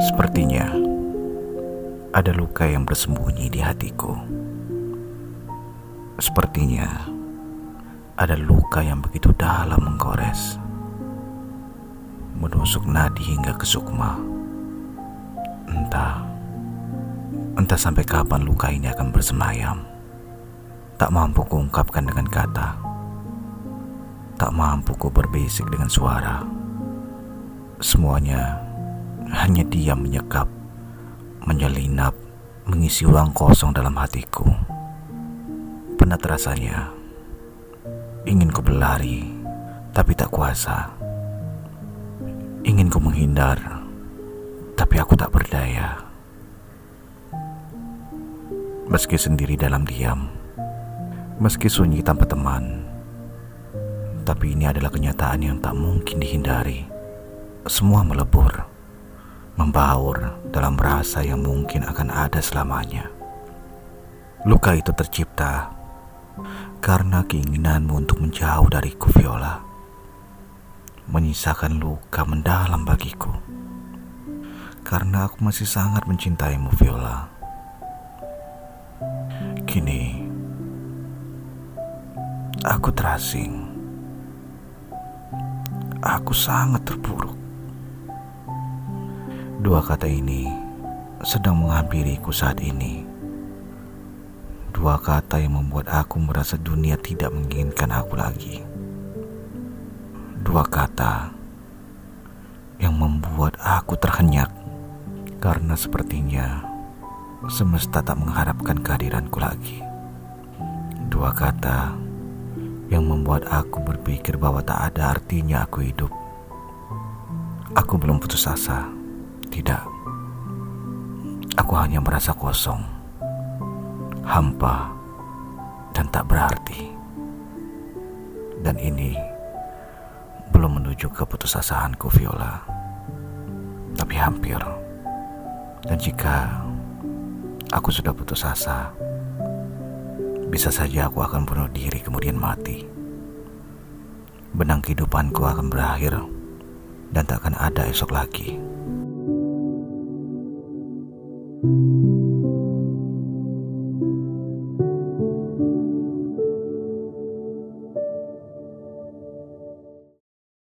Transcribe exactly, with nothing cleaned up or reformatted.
Sepertinya ada luka yang bersembunyi di hatiku. Sepertinya ada luka yang begitu dalam menggores, menusuk nadi hingga ke sukma. Entah, entah sampai kapan luka ini akan bersemayam. Tak mampu kuungkapkan dengan kata, tak mampu ku berbisik dengan suara. Semuanya hanya diam menyekap, menyelinap, mengisi ruang kosong dalam hatiku. Penat rasanya, ingin ku berlari, tapi tak kuasa. Ingin ku menghindar, tapi aku tak berdaya. Meski sendiri dalam diam, meski sunyi tanpa teman, tapi ini adalah kenyataan yang tak mungkin dihindari. Semua melebur, membaur dalam rasa yang mungkin akan ada selamanya. Luka itu tercipta karena keinginanmu untuk menjauh dariku, Viola, menyisakan luka mendalam bagiku. Karena aku masih sangat mencintaimu, Viola. Kini aku terasing, aku sangat terpuruk. Dua kata ini sedang menghampiriku saat ini. Dua kata yang membuat aku merasa dunia tidak menginginkan aku lagi. Dua kata yang membuat aku terhenyak, karena sepertinya semesta tak mengharapkan kehadiranku lagi. Dua kata yang membuat aku berpikir bahwa tak ada artinya aku hidup. Aku belum putus asa. Tidak, aku hanya merasa kosong, hampa, dan tak berarti. Dan ini belum menuju keputusasaanku, Viola, tapi hampir. Dan jika aku sudah putus asa, bisa saja aku akan bunuh diri kemudian mati. Benang kehidupanku akan berakhir dan tak akan ada esok lagi. Thank you.